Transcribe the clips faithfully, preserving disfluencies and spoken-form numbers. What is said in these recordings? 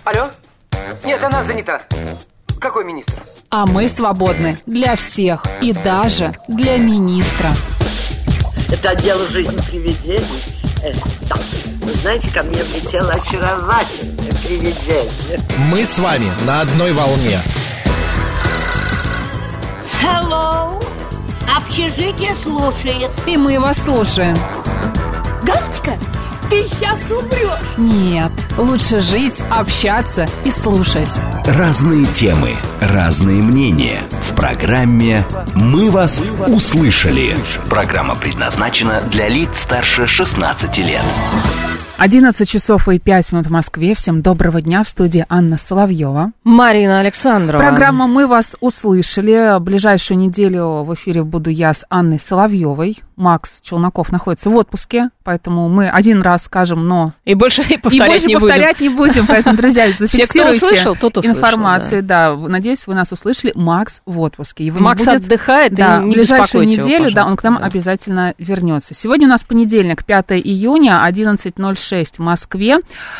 Алло? Нет, она занята. Какой министр? А мы свободны для всех и даже для министра. Это дело жизни привидений. Э, да. Вы знаете, ко мне влетело очаровательное привидение. Мы с вами на одной волне. Hello. Общежитие слушает. И мы вас слушаем. Галочка, ты сейчас умрешь. Нет, лучше жить, общаться и слушать. Разные темы, разные мнения. В программе «Мы вас услышали». Программа предназначена для лиц старше шестнадцати лет. одиннадцать часов и пять минут в Москве. Всем доброго дня. В студии Анна Соловьева. Марина Александрова. Программа «Мы вас услышали». Ближайшую неделю в эфире буду я с Анной Соловьевой. Макс Челноков находится в отпуске, поэтому мы один раз скажем «но». И больше и повторять, и больше не, повторять будем. не будем. Поэтому, друзья, зафиксируйте Все, кто услышал, тот услышал, информацию. Да. да, надеюсь, вы нас услышали. Макс в отпуске. Его Макс не будет, отдыхает, да, и не в ближайшую беспокойте неделю, его, да, он к нам да. обязательно вернется. Сегодня у нас понедельник, пятое июня, одиннадцать ноль шесть в Москве.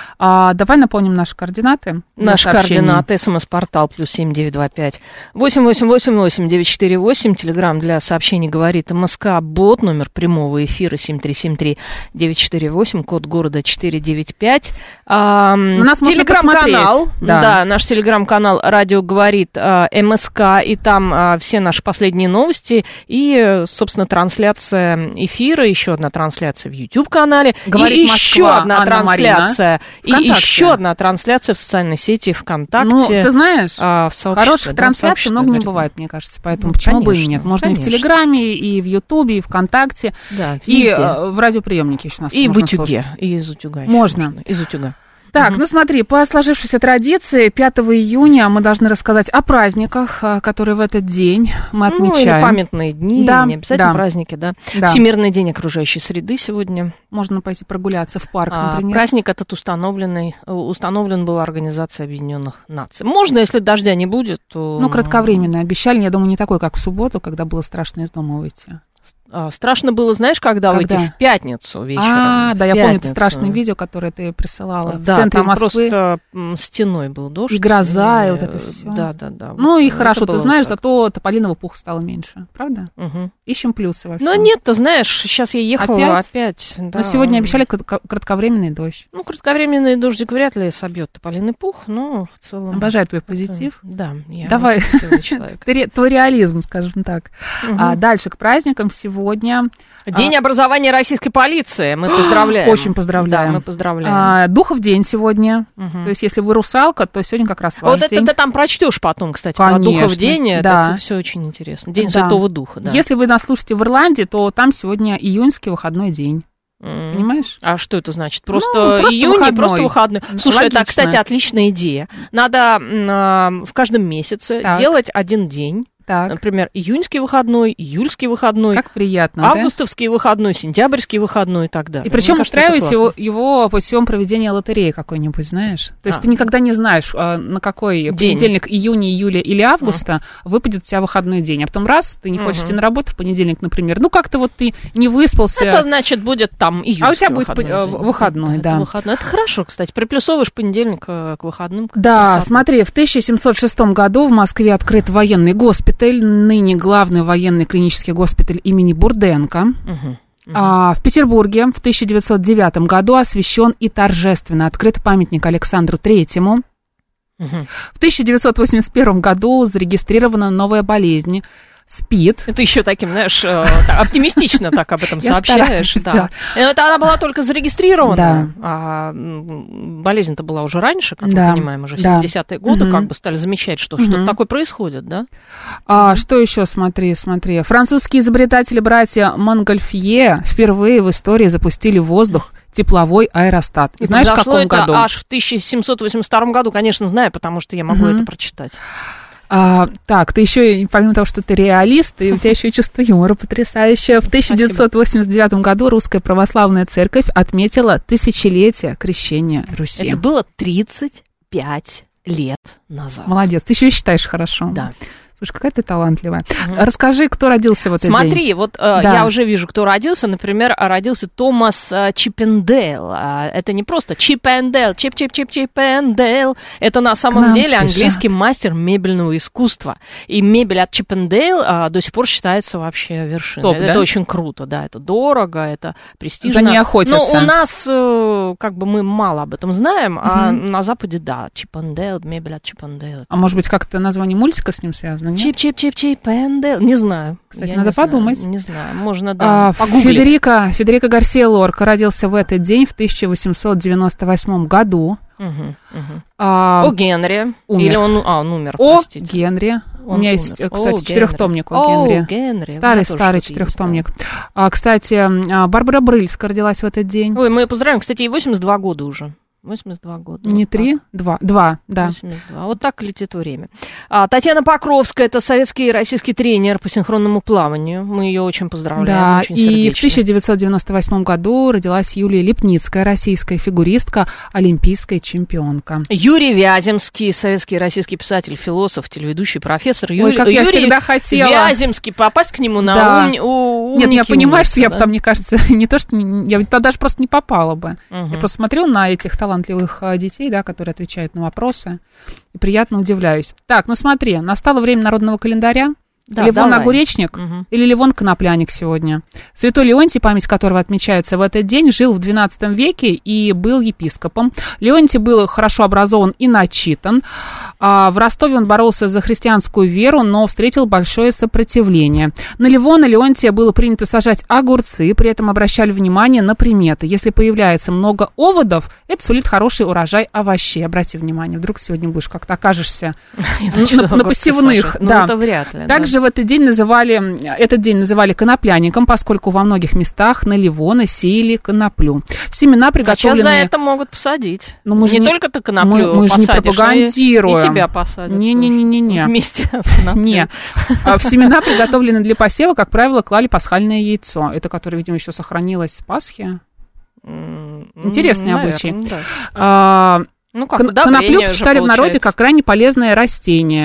А, давай напомним наши координаты. Наши координаты. СМС-портал плюс семь девять два пять восемь восемь восемь восемь девять четыре восемь. Телеграмм для сообщений говорит МСК Бот. Номер прямого эфира семь три семь три девять четыре восемь. Код города четыре девять пять. А, телеграм-канал. Да. да, наш телеграм-канал «Радио говорит» а, МСК. И там а, все наши последние новости. И, собственно, трансляция эфира. Еще одна трансляция в YouTube-канале. Говорит и Москва, еще одна Анна трансляция. И ВКонтакте. еще одна трансляция в социальной сети ВКонтакте. Ну, ты знаешь, а, в хороших да, трансляций много не бывает, мне кажется. Поэтому ну, почему конечно, бы и нет? Можно конечно. И в Телеграме, и в Ютубе, и ВКонтакте. Да, и э, в радиоприемнике еще нас и можно в утюге, слушать. И из утюга. Можно. можно. Из утюга. Так, угу. ну смотри, по сложившейся традиции, пятого июня мы должны рассказать о праздниках, которые в этот день мы отмечаем. Ну, или памятные дни, да, не обязательно да. праздники, да. да. Всемирный день окружающей среды сегодня. Можно пойти прогуляться в парк, а, например. Праздник этот установленный, установлен был Организацией Объединенных Наций. Можно, если дождя не будет, то... Ну, кратковременно обещали, я думаю, не такой, как в субботу, когда было страшно из дома выйти. Страшно было, знаешь, когда, когда? выйти в пятницу вечером. А, да, в я пятницу. помню это страшное видео, которое ты присылала. Да, в центре там Москвы. просто стеной был дождь. И гроза, и, и вот это все. Да, да, да. Ну вот, и хорошо, ты знаешь, так. зато тополиного пуха стало меньше, правда? Угу. Ищем плюсы во всем. Ну нет, ты знаешь, сейчас я ехала опять. опять да. Но сегодня обещали кратковременный дождь. Ну, кратковременный дождик вряд ли собьет тополиный пух, но в целом... Обожаю твой позитив. Да, я Давай. очень позитивный человек. Твой реализм, скажем так. Угу. А дальше к праздникам сегодня... День а... образования российской полиции. Мы поздравляем. Очень поздравляем. Да, мы поздравляем. А, Духов день сегодня. Угу. То есть, если вы русалка, то сегодня как раз ваш вот день. Вот это ты там прочтешь потом, кстати, Конечно. про Духов день. Да. Это все очень интересно. День да. Святого Духа. Да. Если вы нас слушаете в Ирландии, то там сегодня июньский выходной день. Mm. Понимаешь? А что это значит? Просто, ну, просто июнь выходной. и просто выходной. Слушай, Логично. Это, кстати, отличная идея. Надо э, в каждом месяце так. делать один день. Так. Например, июньский выходной, июльский выходной, как приятно, августовский да? выходной, сентябрьский выходной и так далее. И причем устраивать его, его путем проведения лотереи какой-нибудь, знаешь. То есть а. ты никогда не знаешь, на какой день. Понедельник, июня, июля или августа а. выпадет у тебя выходной день. А потом раз, ты не хочешь идти угу. на работу в понедельник, например. Ну, как-то вот ты не выспался. Это значит, будет там июльский А у тебя будет выходной, выходной, да. да. Это, выходной. Это хорошо, кстати. Приплюсовываешь понедельник к выходным. Да, красота. Смотри, в тысяча семьсот шестом году в Москве открыт военный госпиталь, ныне главный военный клинический госпиталь имени Бурденко. Угу, угу. А, в Петербурге в тысяча девятьсот девятом году освящен и торжественно открыт памятник Александру Третьему. Угу. В тысяча девятьсот восемьдесят первом году зарегистрирована новая болезнь СПИД. Это еще таким, знаешь, оптимистично так об этом сообщаешь. Да. Это она была только зарегистрирована, да. а болезнь-то была уже раньше, как да. мы понимаем, уже в да. семидесятые годы, угу. как бы стали замечать, что угу. что-то такое происходит, да? А, что еще, смотри, смотри. Французские изобретатели-братья Монгольфье впервые в истории запустили в воздух тепловой аэростат. И знаешь, в каком это году? Аж в тысяча семьсот восемьдесят втором году, конечно, знаю, потому что я могу угу. это прочитать. А, так, ты еще, помимо того, что ты реалист, и у тебя еще и чувство юмора потрясающее. В тысяча девятьсот восемьдесят девятом году Русская Православная Церковь отметила тысячелетие крещения Руси. Это было тридцать пять лет назад. Молодец, ты еще и считаешь хорошо. Да. Слушай, какая ты талантливая. Угу. Расскажи, кто родился в этот Смотри, день. Смотри, вот да. я уже вижу, кто родился. Например, родился Томас Чиппендейл. Это не просто Чиппендейл, Чип-Чип-Чип-Чиппендейл. Это на самом деле спешат. Английский мастер мебельного искусства. И мебель от Чиппендейл до сих пор считается вообще вершиной. Топ, это да? очень круто, да. Это дорого, это престижно. За ней охотятся. Но у нас, как бы, мы мало об этом знаем, угу. а на Западе, да, Чиппендейл, мебель от Чиппендейл. А может быть, как-то название мультика с ним связано? Чип-чип-чип-чип-пендейл. Не знаю. Кстати, я надо не подумать. Знаю, не знаю. Можно, да, а, погуглить. Федерико, Федерико Гарсия Лорка родился в этот день в тысяча восемьсот девяносто восьмом году. Угу, угу. А, О Генри. Умер. Или он, а, он умер, О простите. Генри. Он У меня умер. есть, кстати, О, четырехтомник О Генри. Генри. Старый-старый четырехтомник. А, кстати, Барбара Брыльска родилась в этот день. Ой, мы ее поздравим. Кстати, ей восемьдесят два года уже. восемьдесят два года. Не вот три? Два. Два, да. восемьдесят два. Вот так летит время. А, Татьяна Покровская, это советский и российский тренер по синхронному плаванию. Мы ее очень поздравляем, да, очень и сердечно. в тысяча девятьсот девяносто восьмом году родилась Юлия Липницкая, российская фигуристка, олимпийская чемпионка. Юрий Вяземский, советский и российский писатель, философ, телеведущий, профессор. Ой, Юрий, как я Юрий всегда хотела. Вяземский, попасть к нему на да. ум, у, Нет, я понимаю, что да? я бы там, мне кажется, не то, что... Не, я туда даже просто не попала бы. Угу. Я просто смотрю на этих талантливых детей, да, которые отвечают на вопросы, и приятно удивляюсь. Так, ну смотри, настало время народного календаря. Да, Левон давай. Огуречник угу. или Левон Конопляник сегодня. Святой Леонтий, память которого отмечается в этот день, жил в двенадцатом веке и был епископом. Леонтий был хорошо образован и начитан. В Ростове он боролся за христианскую веру, но встретил большое сопротивление. На Левона Леонтия было принято сажать огурцы, при этом обращали внимание на приметы. Если появляется много оводов, это сулит хороший урожай овощей. Обрати внимание, вдруг сегодня будешь как-то окажешься на посевных. Ну, это вряд ли. Также в этот день называли, этот день называли конопляником, поскольку во многих местах на Левона сеяли коноплю. Семена приготовленные... А сейчас за это могут посадить. Но мы не не только ты коноплю мы, мы же не пропагандируем. И, и тебя посадят. Не-не-не-не. Вместе с коноплей. Не. В семена, приготовленные для посева, как правило, клали пасхальное яйцо. Это, которое, видимо, еще сохранилось с Пасхи. Интересный обычай. Да. А, Ну, как, Кон- коноплю почитали в народе как крайне полезное растение.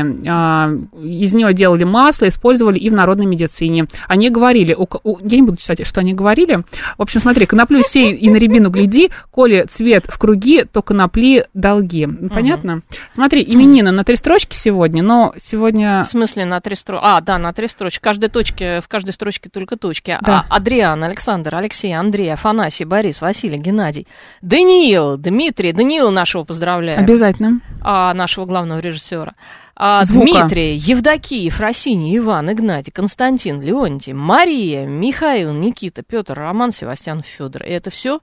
Из нее делали масло, использовали и в народной медицине. Они говорили, у, у, я не буду читать, что они говорили. В общем, смотри, коноплю сей и на рябину гляди, коли цвет в круги, то конопли долги. Понятно? Угу. Смотри, именины на три строчки сегодня, но сегодня... В смысле на три строчки? А, да, на три строчки. В каждой точке, в каждой строчке только точки. Да. А, Адриан, Александр, Алексей, Андрей, Афанасий, Борис, Василий, Геннадий, Даниил, Дмитрий, Даниила нашего поздравляем. Обязательно. А, нашего главного режиссера. А, Звука. Дмитрий, Евдокий, Фросиний, Иван, Игнатий, Константин, Леонтий, Мария, Михаил, Никита, Петр, Роман, Севастьян, Федор. И это все?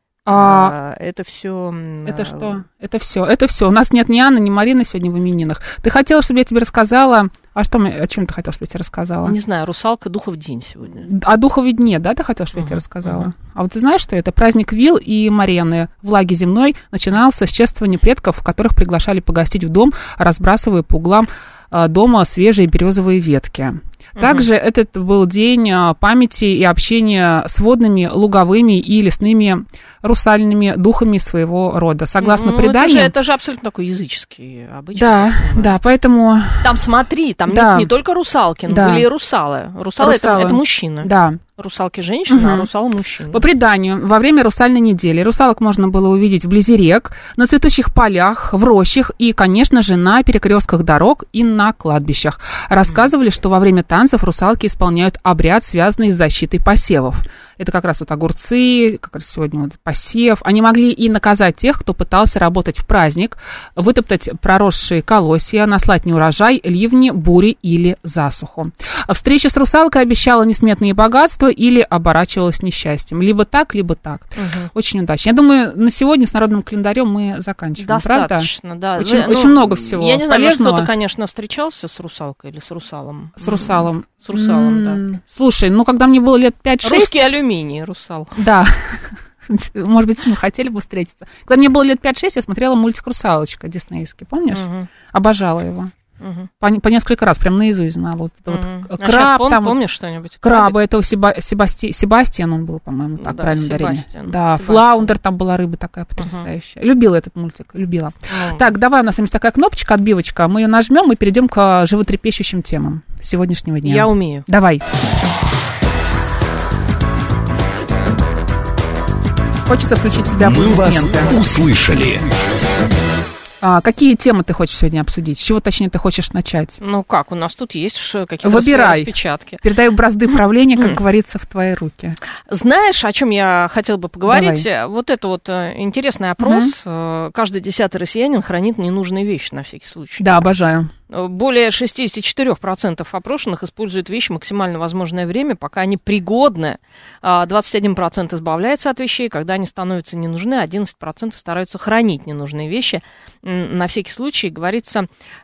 А, это все. Это что? Это все. Это все. У нас нет ни Анны, ни Марины сегодня в именинах. Ты хотела, чтобы я тебе рассказала? А что, о чем ты хотела, чтобы я тебе рассказала? Не знаю, русалка, духов день сегодня. О духове дне, да, ты хотела, чтобы uh-huh, я тебе рассказала? Uh-huh. А вот ты знаешь, что это праздник Вил и Марены, влаги земной, начинался с чествования предков, которых приглашали погостить в дом, разбрасывая по углам дома свежие березовые ветки. Также uh-huh. этот был день памяти и общения с водными, луговыми и лесными русальными духами своего рода. Согласно ну, преданию... Это же, это же абсолютно такой языческий обычай. Да, да, поэтому... Там смотри, там да. нет не только русалки, но да. были и русалы. Русалы, русалы. Это, это мужчины. Да. Русалки женщины, угу. а русалы мужчины. По преданию, во время русальной недели русалок можно было увидеть вблизи рек, на цветущих полях, в рощах и, конечно же, на перекрестках дорог и на кладбищах. Рассказывали, что во время танцев русалки исполняют обряд, связанный с защитой посевов. Это как раз вот огурцы, как раз сегодня вот посев. Они могли и наказать тех, кто пытался работать в праздник, вытоптать проросшие колосья, наслать неурожай, ливни, бури или засуху. Встреча с русалкой обещала несметные богатства или оборачивалась несчастьем. Либо так, либо так. Угу. Очень удачно. Я думаю, на сегодня с народным календарем мы заканчиваем, достаточно, правда? да. Очень, Вы, очень ну, много всего Я не знаю, полезного. кто-то, конечно, встречался с русалкой или с русалом. С русалом. С русалом, м-м- да. Слушай, ну, когда мне было лет пять-шесть... Русский алюминий, русал. Да. Может быть, с ним хотели бы встретиться. Когда мне было лет пять-шесть, я смотрела мультик «Русалочка» диснеевский, помнишь? Угу. Обожала его. Угу. По, по несколько раз, прям наизусть знала. Вот это угу. вот краб, а там, помнишь что-нибудь? Краба, это Себа, Себасти, Себастьян он был, по-моему, так да, правильно Себастьян. ударение. Да, Себастьян. Флаундер, там была рыба такая потрясающая. Угу. Любила этот мультик, любила. Угу. Так, давай, у нас есть такая кнопочка, отбивочка, мы ее нажмем и перейдем к животрепещущим темам сегодняшнего дня. Я умею. Давай. Хочется включить себя в аплодисменты. Мы вас услышали. А, какие темы ты хочешь сегодня обсудить? С чего, точнее, ты хочешь начать? Ну как, у нас тут есть какие-то Выбирай. распечатки. Передаю бразды правления, как говорится, в твои руки. Знаешь, о чем я хотела бы поговорить? Давай. Вот это вот интересный опрос. Угу. Каждый десятый россиянин хранит ненужные вещи на всякий случай. Да, обожаю. Более шестьдесят четыре процента опрошенных используют вещи максимально возможное время, пока они пригодны. двадцать один процент избавляется от вещей, когда они становятся не нужны. одиннадцать процентов стараются хранить ненужные вещи. На всякий случай, говорится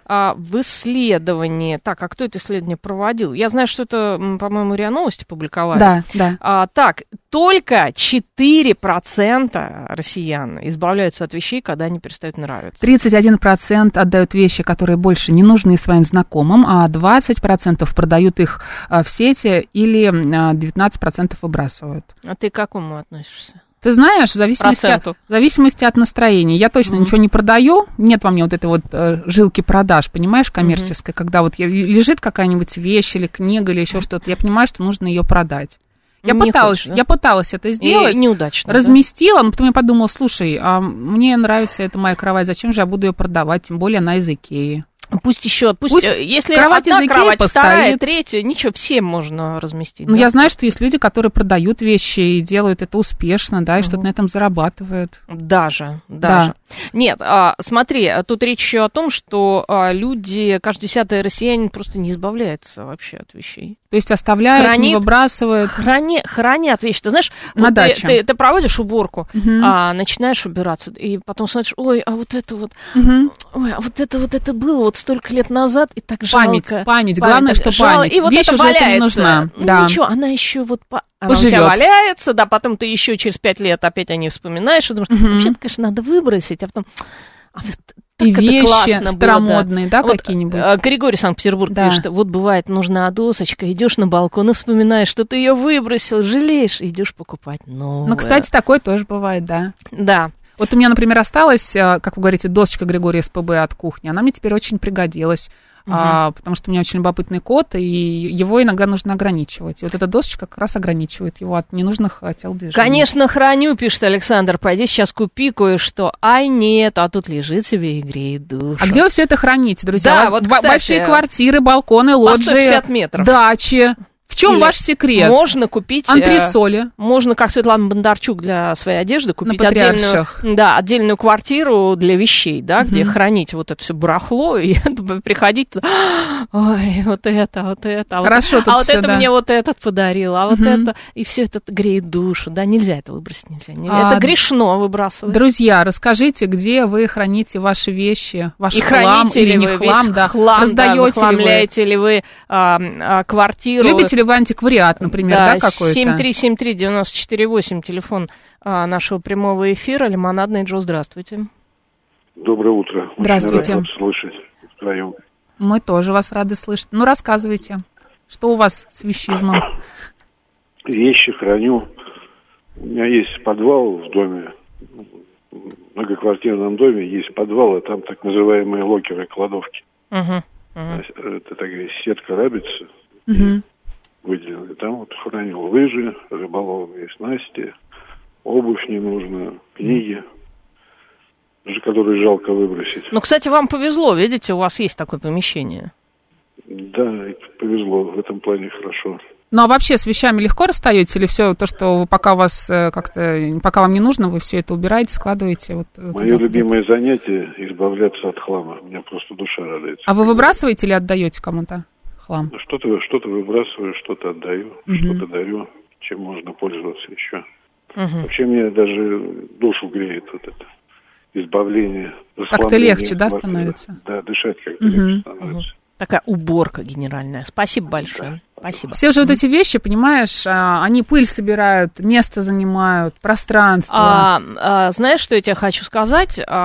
в исследовании. Так, а кто это исследование проводил? Я знаю, что это, по-моему, РИА Новости публиковали. Да, да. А, так, только четыре процента россиян избавляются от вещей, когда они перестают нравиться. тридцать один процент отдают вещи, которые больше не нужны своим знакомым, а двадцать процентов продают их в сети или девятнадцать процентов выбрасывают. А ты к какому относишься? Ты знаешь, в зависимости, от, в зависимости от настроения. Я точно mm-hmm. ничего не продаю. Нет во мне вот этой вот э, жилки продаж, понимаешь, коммерческой, mm-hmm. когда вот я, лежит какая-нибудь вещь или книга или еще что-то, я понимаю, что нужно ее продать. Я не пыталась, хочешь, да? я пыталась это сделать. И неудачно. Разместила, да? Но потом я подумала, слушай, а мне нравится эта моя кровать, зачем же я буду ее продавать, тем более она из Икеи. Пусть еще, пусть, пусть если кровать одна кровать, постоит. Вторая, третья, ничего, всем можно разместить. Ну, да? я знаю, что есть люди, которые продают вещи и делают это успешно, да, и угу. что-то на этом зарабатывают. Даже, даже. Да. Нет, а, смотри, тут речь еще о том, что а, люди, каждый десятый россиянин просто не избавляется вообще от вещей. То есть оставляют, хранит, не выбрасывают. Храни, хранят вещи. Ты знаешь, на вот даче. Ты, ты, ты проводишь уборку, угу. а, начинаешь убираться, и потом смотришь, ой, а вот это вот, угу. ой, а вот это вот это было вот столько лет назад, и так память, жалко. Память, главное, что жал... память. И вот вещь это уже валяется. Это не нужна. Ну, да. Ничего, она еще вот по... она поживет. у тебя валяется, да, потом ты еще через пять лет опять о ней вспоминаешь, и думаешь, угу. вообще-то, конечно, надо выбросить, а потом... А вот и вещи было, старомодные, да, да вот, какие-нибудь? Григорий Санкт-Петербург да. пишет, вот бывает, нужна досочка, идешь на балкон и вспоминаешь, что ты ее выбросил, жалеешь, идешь покупать новую. Ну, кстати, такое тоже бывает, да. Да. Вот у меня, например, осталась, как вы говорите, досочка Григория СПБ от кухни, она мне теперь очень пригодилась. Угу. А, потому что у меня очень любопытный кот, и его иногда нужно ограничивать. И вот эта досочка как раз ограничивает его от ненужных телодвижений. Конечно, храню, пишет Александр. Пойди сейчас купи кое-что. Ай, нет, а тут лежит себе и греет душу. А где вы все это храните, друзья? Да, вот, кстати, большие квартиры, балконы, лоджии, сто пятьдесят метров. Дачи. В чем Или ваш секрет? Можно купить... Антресоли. Э, можно, как Светлана Бондарчук, для своей одежды купить отдельную, да, отдельную квартиру для вещей, да, угу. где хранить вот это все барахло и приходить туда. Ой, вот это, вот это. Хорошо, вот, тут а вот все, это да. мне вот этот подарил, а вот угу. это... И все это греет душу, да, нельзя это выбросить, нельзя. А, это грешно выбрасывать. Друзья, расскажите, где вы храните ваши вещи, ваш и хлам или не вы хлам, да. хлам, раздаете да, захламляете ли вы, ли вы а, а, квартиру. Любите ли вы антиквариат, например, да, да какой-то? семь три семь три девяносто четыре восемь, телефон а, нашего прямого эфира. Лимонадный Джо, здравствуйте. Доброе утро. Здравствуйте. Очень рад слышать вдвоем. Мы тоже вас рады слышать. Ну, рассказывайте, что у вас с вещизмом? Вещи храню. У меня есть подвал в доме, в многоквартирном доме есть подвал, а там так называемые локеры, кладовки. Uh-huh. Uh-huh. Это такая сетка рабица. Uh-huh. Выделены. Там вот хранил лыжи, рыболовные снасти, обувь ненужную, книги, которые жалко выбросить. Ну, кстати, вам повезло, видите, у вас есть такое помещение. Да, повезло, в этом плане хорошо. Ну, а вообще с вещами легко расстаетесь или все то, что пока вас как-то, пока вам не нужно, вы все это убираете, складываете? Вот, Мое любимое занятие — избавляться от хлама. У меня просто душа радуется. А вы выбрасываете или отдаете кому-то хлам? Что-то, что-то выбрасываю, что-то отдаю, угу. что-то дарю, чем можно пользоваться еще. Угу. Вообще мне даже душу греет вот это избавление. Как-то легче, да, становится? Да, дышать как-то угу. легче становится. Угу. Такая уборка генеральная. Спасибо большое. Да. Спасибо. Все же вот эти вещи, понимаешь, они пыль собирают, место занимают, пространство. А, а, знаешь, что я тебе хочу сказать? А,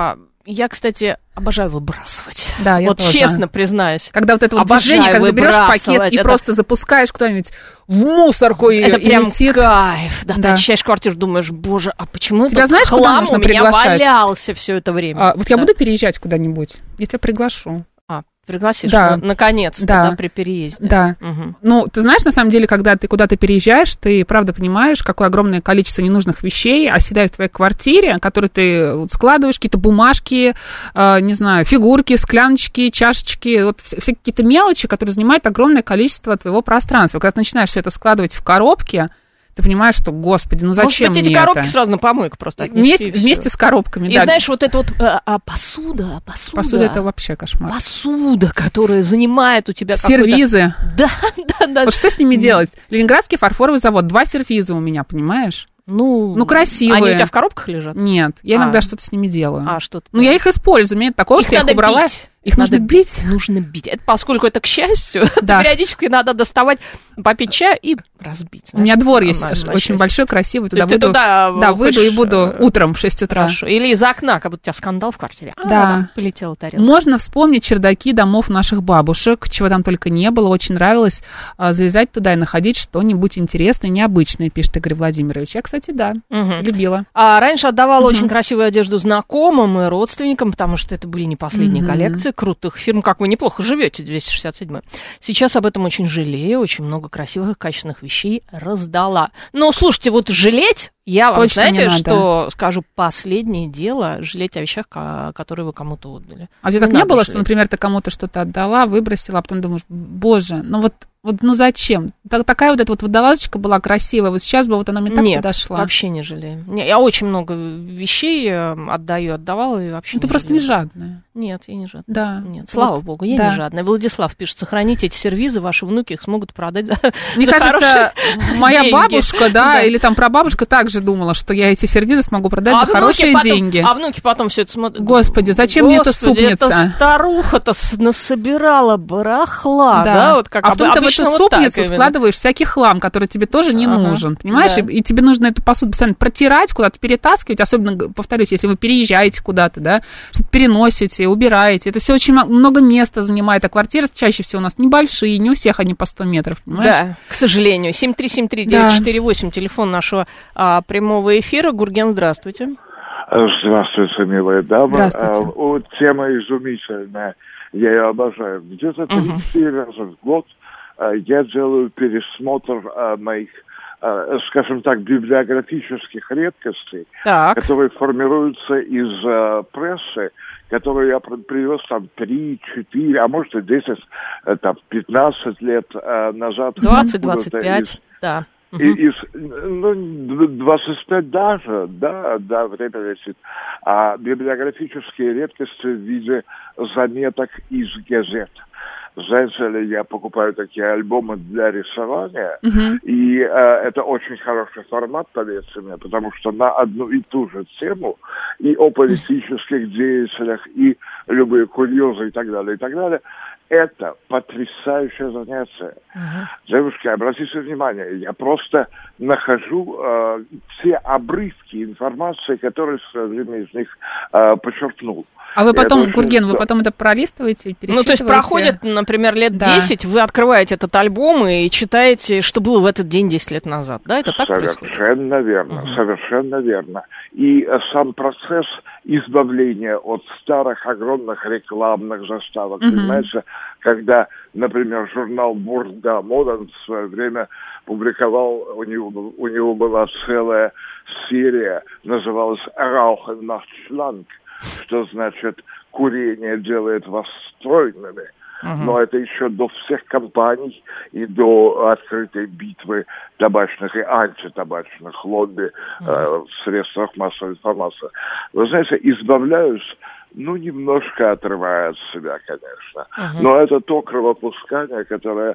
Я, кстати, обожаю выбрасывать. Да, я вот тоже. честно признаюсь. Когда вот это вот движение, когда берешь пакет и это... просто запускаешь куда-нибудь в мусорку и это и прям летит. Кайф. Да, Да. ты очищаешь квартиру, думаешь, боже, а почему Тебя этот знаешь, куда хлам нужно у меня приглашать? валялся все это время? А, вот я Да. буду переезжать куда-нибудь, я тебя приглашу. А, пригласишь? Да. Ну, наконец-то, Да. да, при переезде. Да. Угу. Ну, ты знаешь, на самом деле, когда ты куда-то переезжаешь, ты правда понимаешь, какое огромное количество ненужных вещей оседает в твоей квартире, которые ты вот складываешь, какие-то бумажки, э, не знаю, фигурки, скляночки, чашечки, вот все, все какие-то мелочи, которые занимают огромное количество твоего пространства. Когда ты начинаешь все это складывать в коробки, ты понимаешь, что, господи, ну зачем Может быть, эти мне коробки это? сразу на помойку просто отнести. Вместе, и всё. вместе с коробками, И да. знаешь, вот это вот а, а, посуда, посуда. Посуда — это вообще кошмар. Посуда, которая занимает у тебя Сервизы. Да, да, да. Вот что с ними делать? Ленинградский фарфоровый завод, два сервиза у меня, понимаешь? Ну, Ну, красивые. Они у тебя в коробках лежат? Нет, я иногда А. что-то с ними делаю. А, что-то. Ну, я их использую, мне такого, Их что я их надо убрала. бить. Их Надо нужно бить. Нужно бить. Это, поскольку это, к счастью, Да. периодически надо доставать, попить чай и разбить. У меня двор есть на- на очень счастье. большой, красивый. То Туда есть ты выйду, туда да, выйду и хочешь, буду э, утром в шесть утра. Хорошо. Или из окна, как будто у тебя скандал в квартире. А, Да. полетела тарелка. Можно вспомнить чердаки домов наших бабушек, чего там только не было. Очень нравилось а, залезать туда и находить что-нибудь интересное, необычное, пишет Игорь Владимирович. Я, кстати, да, Мгм. любила. А раньше отдавала очень красивую одежду знакомым и родственникам, потому что это были не последние Мгм. коллекции крутых фирм, как вы неплохо живете, двести шестьдесят семь. Сейчас об этом очень жалею, очень много красивых, качественных вещей раздала. Но, слушайте, вот жалеть, я вам, Точно не знаете, надо. что скажу, последнее дело жалеть о вещах, ко- которые вы кому-то отдали. А у тебя так Не не надо было, что, жалеть. например, ты кому-то что-то отдала, выбросила, а потом думаешь, боже, ну вот, вот ну зачем? Так, такая вот эта вот водолазочка была красивая, вот сейчас бы вот она мне так Нет, подошла. вообще не жалею. Не, я очень много вещей э, отдаю, отдавала и вообще Ну, ты не просто не жалею. жадная. Нет, я не жадная. Да. Нет, слава Вот, богу, я да. не жадная. Владислав пишет, сохраните эти сервизы, ваши внуки их смогут продать за, Мне за кажется, хорошие моя деньги. бабушка, да, Да. или там прабабушка также думала, что я эти сервизы смогу продать А за внуки хорошие потом- деньги. А внуки потом все это смотрят. Господи, зачем мне эта Господи, супница? эта старуха-то с- насобирала барахла, да, Да. вот как а потом об- ты в обычно эту вот так супницу именно. складываешь всякий хлам, который тебе тоже не Ага, нужен, понимаешь? да. И, и тебе нужно эту посуду постоянно протирать, куда-то перетаскивать, особенно, г- повторюсь, если вы переезжаете куда-то, да, что-то переносите, убираете. Это все очень мо- много места занимает, а квартиры чаще всего у нас небольшие, не у всех они по сто метров, понимаешь? Да, к сожалению. семь три семь три девять четыре восемь, телефон нашего а, прямого эфира. Гурген, здравствуйте. Здравствуйте, милая дама. Здравствуйте. А, вот тема изумительная. Я ее обожаю. Где-то три-четыре раза в год а, я делаю пересмотр а, моих, а, скажем так, библиографических редкостей, Так. которые формируются из а, прессы, которую я при- привез там три, четыре, а может и десять, э, там, пятнадцать лет а, назад. двадцать откуда-то двадцать пять, из- да. И- из, ну, двадцать пять даже, да, да, время летит. А библиографические редкости в виде заметок из газет. Знаете ли, я покупаю такие альбомы для рисования, Мгм. и э, это очень хороший формат, поверьте мне, потому что на одну и ту же тему и о политических деятелях, и любые курьезы и так далее, и так далее, это потрясающее занятие. Девушки, обратите внимание, я просто нахожу э, те обрывки информации, которые в свое время из них э, подчеркнул. А вы И это потом, очень Гурген, вы здорово. потом это пролистываете, Ну, то есть перечитываете? проходит, например, лет Да. десять, вы открываете этот альбом и читаете, что было в этот день десять лет назад, да? Это так происходит? Совершенно верно, Мгм. совершенно верно. И э, сам процесс избавления от старых огромных рекламных заставок, Мгм. понимаете, когда, например, журнал Бурда Модерн в свое время публиковал, у него, был- у него была целая серия, называлась «Rauchen macht schlank», что значит «курение делает вас стройными». Но это еще до всех кампаний и до открытой битвы табачных и антитабачных лобби э, в средствах массовой информации. Вы знаете, избавляюсь, ну, немножко отрывая от себя, конечно. Но это то кровопускание, которое,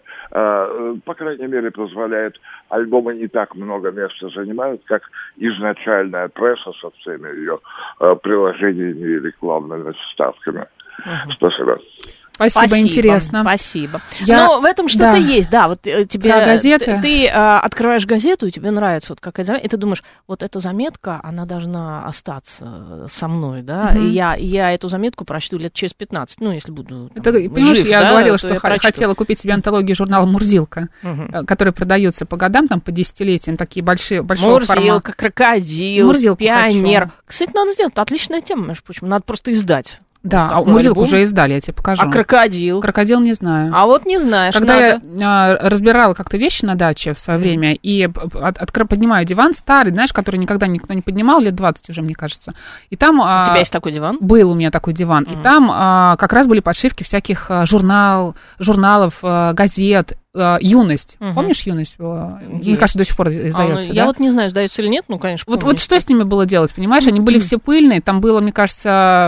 э, по крайней мере, позволяет, альбомы не так много места занимают, как изначальная пресса со всеми ее э, приложениями и рекламными вставками. Спасибо. Спасибо, Спасибо, интересно. Спасибо. Я... Но в этом что-то да. есть, да. Вот тебе Про газеты. Ты, ты а, открываешь газету, и тебе нравится вот какая-то заметка, и ты думаешь, вот эта заметка, она должна остаться со мной, да. Mm-hmm. И я, я эту заметку прочту лет через пятнадцать, ну, если буду там, Это, понимаешь, жив, я да, говорила, что я х- хотела купить себе антологию журнала «Мурзилка», mm-hmm. который продается по годам, там, по десятилетиям, такие большие, большого Мурзилка, формата. крокодил, Мурзилку пионер. хочу. Кстати, надо сделать, отличная тема, между прочим, надо просто издать. Да, вот а «Мурзилку» уже издали, я тебе покажу. А крокодил? Крокодил не знаю. А вот не знаешь, Когда надо. я а, разбирала как-то вещи на даче в свое время, и от, от, поднимаю диван старый, знаешь, который никогда никто не поднимал, лет двадцать уже, мне кажется. И там... У а, тебя есть такой диван? Был у меня такой диван. Mm-hmm. И там а, как раз были подшивки всяких а, журнал, журналов, а, газет, «Юность». Угу. Помнишь «Юность»? Есть. Мне кажется, до сих пор издается. А, ну, да? Я вот не знаю, издается или нет, ну, конечно, вот, вот что с ними было делать, понимаешь? Они были все пыльные, там было, мне кажется,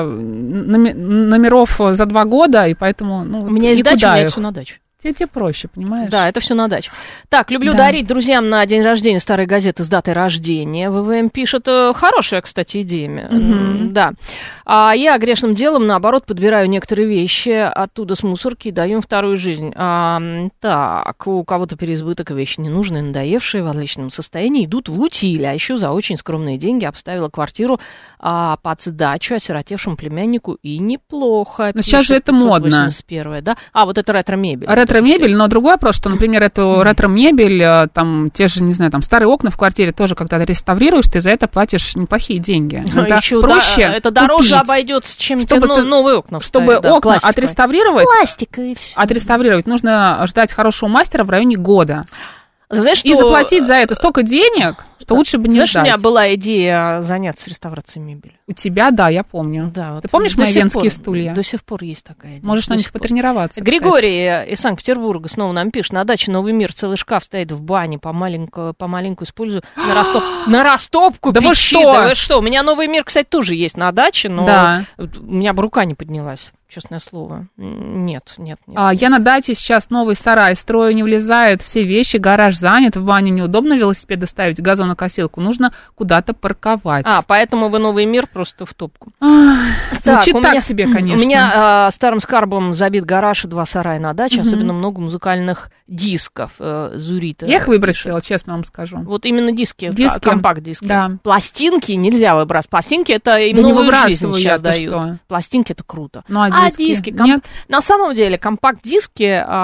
номеров за два года, и поэтому... Ну, у меня есть дача, у меня все на даче. Тебе, тебе проще, понимаешь? Да, это все на даче. Так, люблю да. дарить друзьям на день рождения старые газеты с датой рождения. ВВМ пишет, хорошая, кстати, идея. Угу. Да. А я грешным делом, наоборот, подбираю некоторые вещи оттуда с мусорки и даю им вторую жизнь. А, так, у кого-то переизбыток, вещи ненужные, надоевшие, в отличном состоянии, идут в утиль. А еще за очень скромные деньги обставила квартиру а, под сдачу осиротевшему племяннику. И неплохо. Но сейчас же это модно. Да? А, вот это ретро-мебель. Ретро-мебель, но другой вопрос, что, например, эту ретро-мебель, там, те же, не знаю, там, старые окна в квартире тоже, когда ты реставрируешь, ты за это платишь неплохие деньги. Ну, это еще проще да, это дороже купить, обойдется, чем чтобы те, ты, новые окна чтобы вставить, да, окна пластиковые. отреставрировать, пластика и все. Отреставрировать нужно ждать хорошего мастера в районе года. Знаешь, и что... заплатить за это столько денег, что лучше бы не Знаешь, ждать. у меня была идея заняться реставрацией мебели. У тебя, да, я помню. Да, вот ты помнишь мои венские пор, стулья? До сих пор есть такая идея. Можешь на них потренироваться. Григорий кстати. Из Санкт-Петербурга снова нам пишет. На даче «Новый мир» целый шкаф стоит в бане, помаленьку, помаленьку использую. На, растоп... на растопку да печи. Вы что? Да вы что? У меня «Новый мир», кстати, тоже есть на даче, но да. у меня бы рука не поднялась. Честное слово. Нет, нет, нет. А, нет. Я на даче сейчас новый сарай строю, не влезает, все вещи, гараж занят, в бане неудобно велосипед доставить, газонокосилку нужно куда-то парковать. А, поэтому вы «Новый мир» просто в топку. Звучит так, так меня, себе, конечно. У меня э, старым скарбом забит гараж и два сарая на даче, угу. особенно много музыкальных дисков э, Зурита. Я их выбросила, честно вам скажу. Вот именно диски, диски. компакт-диски. Да. Пластинки нельзя выбрасывать. Пластинки это им да новую жизнь сейчас дают. Что? Пластинки это круто. Ну, а а диски? диски ком... Нет? На самом деле компакт-диски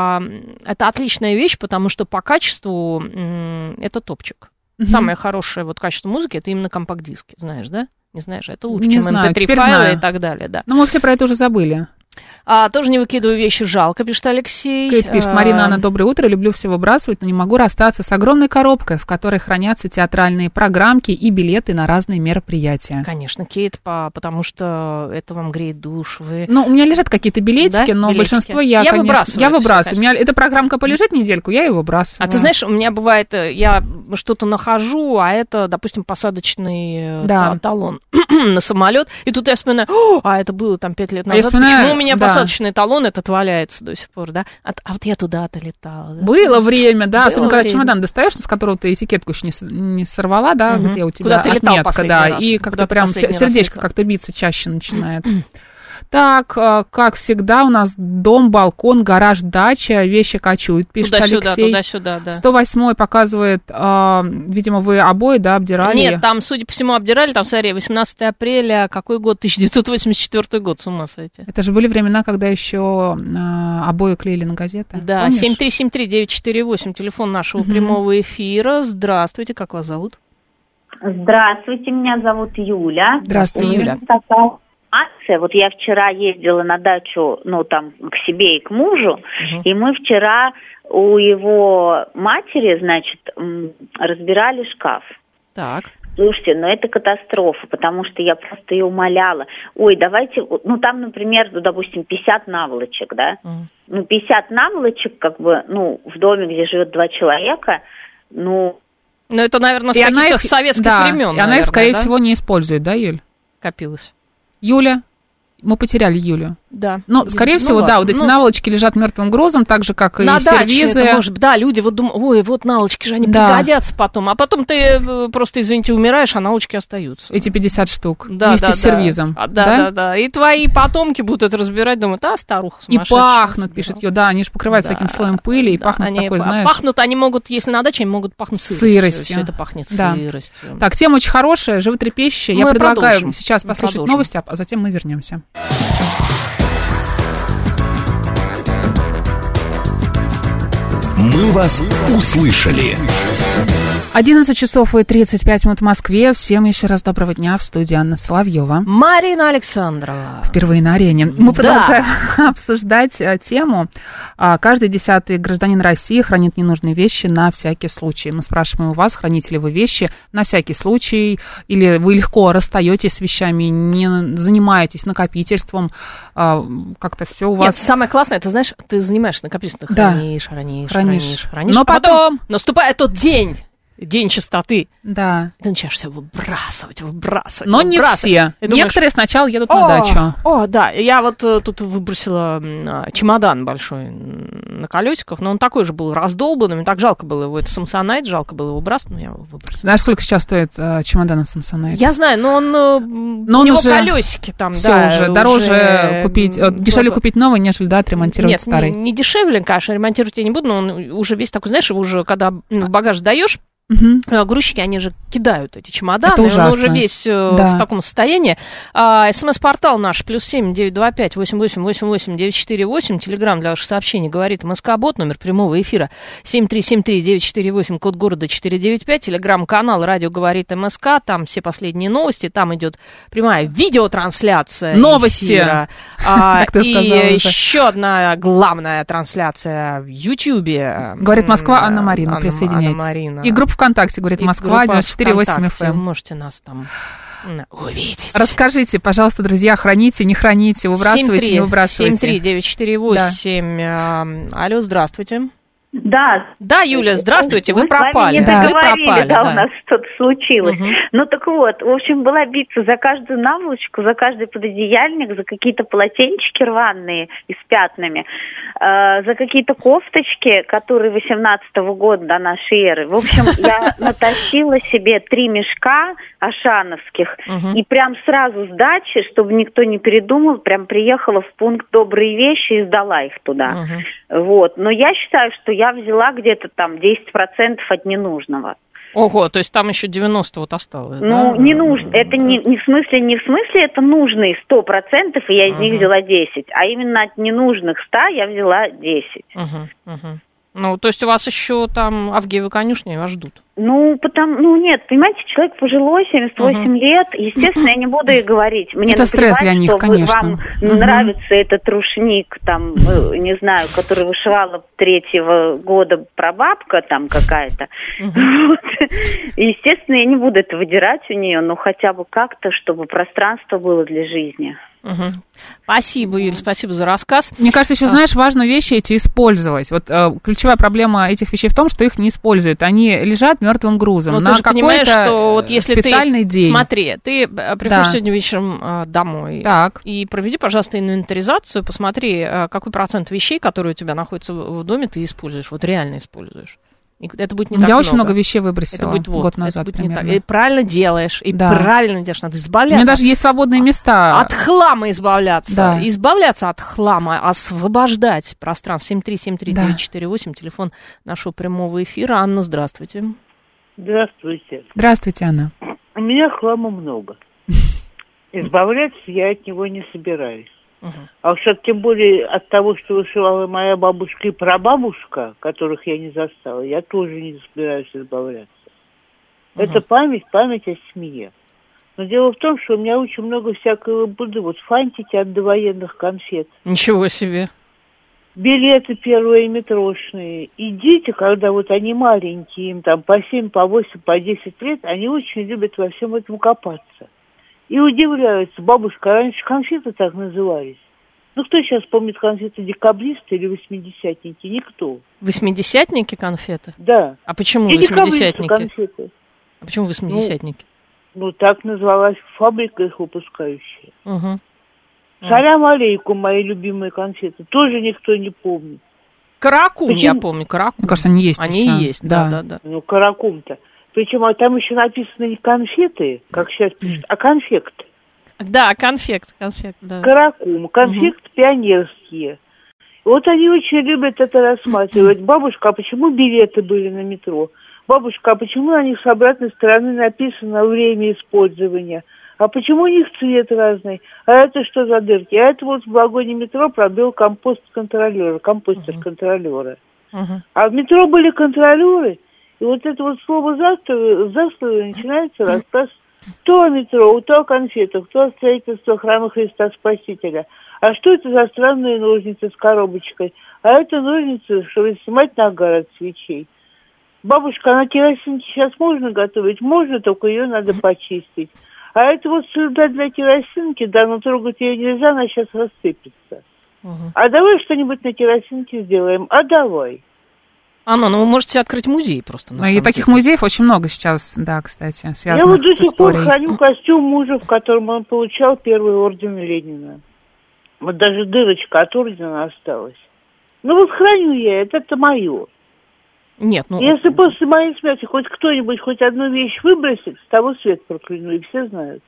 э, это отличная вещь, потому что по качеству э, это топчик. Угу. Самое хорошее вот качество музыки это именно компакт-диски, знаешь, да? Не знаешь, это лучше, не чем знаю, эм пэ три файлы и так далее, да. Но мы все про это уже забыли. А, тоже не выкидываю вещи, жалко, пишет Алексей. Кейт пишет, Марина, Анна, доброе утро, люблю все выбрасывать, но не могу расстаться с огромной коробкой, в которой хранятся театральные программки и билеты на разные мероприятия. Конечно, Кейт, по, потому что это вам греет душ. Вы... Ну, у меня лежат какие-то билетики, да? но билетики. Большинство я, я конечно, выбрасываю. Я выбрасываю. У меня эта программка полежит недельку, я ее выбрасываю. А ты знаешь, у меня бывает, я что-то нахожу, а это, допустим, посадочный да. талон на самолет, и тут я вспоминаю, а это было там пять лет назад, а вспоминаю, почему у меня да. посадочный талон этот валяется до сих пор, да? А, а вот я туда-то летала. Да? Было время, да, было особенно когда время. Чемодан достаешь, с которого ты этикетку еще не, не сорвала, да, угу. где у тебя куда ты летал отметка, да, раз? и как-то прям сердечко как-то биться чаще начинает. Так, как всегда, у нас дом, балкон, гараж, дача, вещи кочуют, пишет туда-сюда, Алексей. Туда-сюда, да. сто восьмой показывает, э, видимо, вы обои, да, обдирали? Нет, там, судя по всему, обдирали, там, смотри, восемнадцатого апреля, какой год? тысяча девятьсот восемьдесят четвёртый год, с ума сойти. Это же были времена, когда еще э, обои клеили на газеты. Да, семь три семь три девять четыре восемь, телефон нашего угу. прямого эфира. Здравствуйте, как вас зовут? Здравствуйте, меня зовут Юля. Здравствуйте, Юля. Акция. Вот я вчера ездила на дачу, ну, там, к себе и к мужу, угу. и мы вчера у его матери, значит, разбирали шкаф. Так. Слушайте, ну это катастрофа, потому что я просто ее умоляла. Ой, давайте, ну там, например, ну, допустим, пятьдесят наволочек, да? Mm. Ну, пятьдесят наволочек, как бы, ну, в доме, где живет два человека, ну... Ну, это, наверное, с и каких-то их, советских да, времен, и она наверное, их, скорее да? всего, не использует, да, Юль? Копилось. Юля? мы потеряли Юлю. Да. Ну, скорее ну, всего, ладно. да, вот эти ну, наволочки лежат мертвым грузом, так же, как на и сервизы. даче это может, да, люди вот думают, ой, вот наволочки же, они да. пригодятся потом. А потом ты просто, извините, умираешь, а наволочки остаются. Эти пятьдесят штук да, вместе да, с сервизом. Да, да, да, да. И твои потомки будут это разбирать, думают, а, старуха И сумасшедшая. пахнут, пишет ее, да, они же покрываются да, таким слоем пыли, и да, пахнут они такой, п- знаешь... Пахнут, они могут, если на даче, они могут пахнуть сыростью. Сыростью. Все это пахнет да. сыростью. Так, тема очень хорошая, животрепещущая. Я Мы предлагаю продолжим. сейчас Мы послушать продолжим. новости, а затем мы вернемся. Мы вас услышали. одиннадцать часов и тридцать пять минут в Москве. Всем еще раз доброго дня. В студии Анна Соловьева. Марина Александрова. Впервые на арене. Мы продолжаем да. обсуждать а, тему. А, каждый десятый гражданин России хранит ненужные вещи на всякий случай. Мы спрашиваем у вас, храните ли вы вещи на всякий случай, или вы легко расстаетесь с вещами, не занимаетесь накопительством, а, как-то все у вас... Нет, самое классное, ты знаешь, ты занимаешься накопительством, да. хранишь, хранишь, хранишь, хранишь, хранишь. Но а потом, потом наступает тот день, день чистоты. Да. Ты начинаешь все выбрасывать, выбрасывать. Но выбрасывать. не все. И думаешь, некоторые сначала едут о, на дачу. О, да. Я вот uh, тут выбросила uh, чемодан большой на колесиках, но он такой же был раздолбанный. Мне так жалко было его. Это Самсонайт, жалко было его бросить, но я его выбросила. Знаешь, сколько сейчас стоит uh, чемодан Самсонайт? Я знаю, но он, uh, но у него уже... колесики там, всё да. уже дороже уже... купить, uh, дешевле вот... купить новый, нежели, да, отремонтировать Нет, старый. Не, не дешевле, конечно, ремонтировать я не буду, но он уже весь такой, знаешь, его уже, когда в багаж даешь, Uh-huh. грузчики, они же кидают эти чемоданы, он уже весь да. в таком состоянии. А, СМС-портал наш, плюс семь девять два пять восемь восемь восемь восемь девять четыре восемь, телеграмм для ваших сообщений говорит МСК-бот, номер прямого эфира семь три семь три девять четыре восемь, код города четыре девять пять, телеграм-канал «Радио говорит МСК», там все последние новости, там идет прямая видеотрансляция новости. Эфира. А, и еще одна главная трансляция в Ютьюбе. Говорит Москва, Анна Марина, присоединяйтесь. Анна Марина. И группа ВКонтакте, говорит и Москва, девяносто четыре восемь эф эм. Вы можете нас там увидеть. Расскажите, пожалуйста, друзья, храните, не храните, выбрасывайте, не выбрасывайте. семь три девять четыре восемь. Да. Алло, здравствуйте. Да. Да, Юля, здравствуйте, вы, вы пропали. Не да, вы пропали, да, да, у нас что-то случилось. Угу. Ну так вот, в общем, была битва за каждую наволочку, за каждый пододеяльник, за какие-то полотенчики рваные и с пятнами, э, за какие-то кофточки, которые восемнадцатого года до нашей эры. В общем, я натащила себе три мешка ашановских и прям сразу с дачи, чтобы никто не передумал, прям приехала в пункт «Добрые вещи» и сдала их туда. Вот. Но я считаю, что я взяла где-то там десять процентов от ненужного. Ого, то есть там еще девяносто вот осталось, ну, да? не нужно. Это не, не в смысле, не в смысле, это нужные сто процентов, и я из uh-huh. них взяла десять. А именно от ненужных ста я взяла десять. Uh-huh, uh-huh. Ну, то есть у вас еще там Авгиевы конюшни вас ждут? Ну, потому, ну, нет, понимаете, человек пожилой, семьдесят восемь uh-huh. лет, естественно, я не буду ей говорить. Мне это стресс для них, что конечно. Вам uh-huh. нравится этот рушник, там, не знаю, который вышивала третьего года прабабка там какая-то. Uh-huh. Вот. Естественно, я не буду это выдирать у нее, но хотя бы как-то, чтобы пространство было для жизни. Угу. Спасибо, Юля, спасибо за рассказ. Мне кажется, еще, знаешь, важно вещи эти использовать. Вот э, ключевая проблема этих вещей в том, что их не используют. Они лежат мертвым грузом. Но на ты же понимаешь, что вот если специальный ты, день. Смотри, ты приходишь да. сегодня вечером э, домой так. и проведи, пожалуйста, инвентаризацию, посмотри, э, какой процент вещей, которые у тебя находятся в, в доме, ты используешь, вот реально используешь. Это будет не Я так очень много. много вещей выбросила это будет, вот, год назад это будет примерно. Не так. И правильно делаешь, и да. правильно делаешь, надо избавляться. У меня даже есть свободные места. От хлама избавляться. Да. Избавляться от хлама, освобождать пространство. семь три семь три девять четыре восемь, телефон нашего прямого эфира. Анна, здравствуйте. Здравствуйте. Здравствуйте, Анна. У меня хлама много. Избавляться я от него не собираюсь. Uh-huh. А уж тем более от того, что вышивала моя бабушка и прабабушка, которых я не застала, я тоже не собираюсь избавляться. Uh-huh. Это память, память о семье. Но дело в том, что у меня очень много всякого буды. Вот фантики от довоенных конфет. Ничего себе. Билеты первые метрошные. И дети, когда вот они маленькие, им там по семь, по восемь, по десять лет, они очень любят во всем этом копаться. И удивляются, бабушка, раньше конфеты так назывались. Ну, кто сейчас помнит конфеты декабристы или восьмидесятники? Никто. Восьмидесятники конфеты? Да. А почему и восьмидесятники? Конфеты. А почему восьмидесятники? Ну, ну, так называлась фабрика их выпускающая. Угу. Салям алейкум, мои любимые конфеты. Тоже никто не помнит. Каракум, Почему? я помню, каракум. Мне кажется, они есть Они еще. и есть, да, да, да. Ну, каракум-то. Причем а там еще написано не конфеты, как сейчас пишут, а конфект. Да, конфект, конфект, да. Каракум, конфект угу. пионерские. Вот они очень любят это рассматривать. Бабушка, а почему билеты были на метро? Бабушка, а почему на них с обратной стороны написано время использования? А почему у них цвет разный? А это что за дырки? А это вот в вагоне метро пробил компост контролера, компостер uh-huh. контролера. Uh-huh. А в метро были контролеры, и вот это вот слово «завтра» начинается рассказ то о метро, то о конфетах, то о строительстве храма Христа Спасителя. А что это за странные ножницы с коробочкой? А это ножницы, чтобы снимать нагар от свечей. Бабушка, а на керосинке сейчас можно готовить? Можно, только ее надо почистить. А это вот сюда для керосинки, да, но трогать ее нельзя, она сейчас рассыпется. Угу. А давай что-нибудь на керосинке сделаем. А давай. Анна, ну вы можете открыть музей просто. Ну, и таких деле. Музеев очень много сейчас, да, кстати, связанных Я вот до с сих историей. пор храню костюм мужа, в котором он получал первый орден Ленина. Вот даже дырочка от ордена осталась. Ну вот храню я это, это мое. Нет, ну... Если после моей смерти хоть кто-нибудь хоть одну вещь выбросит, с того свет прокляну, и все знают.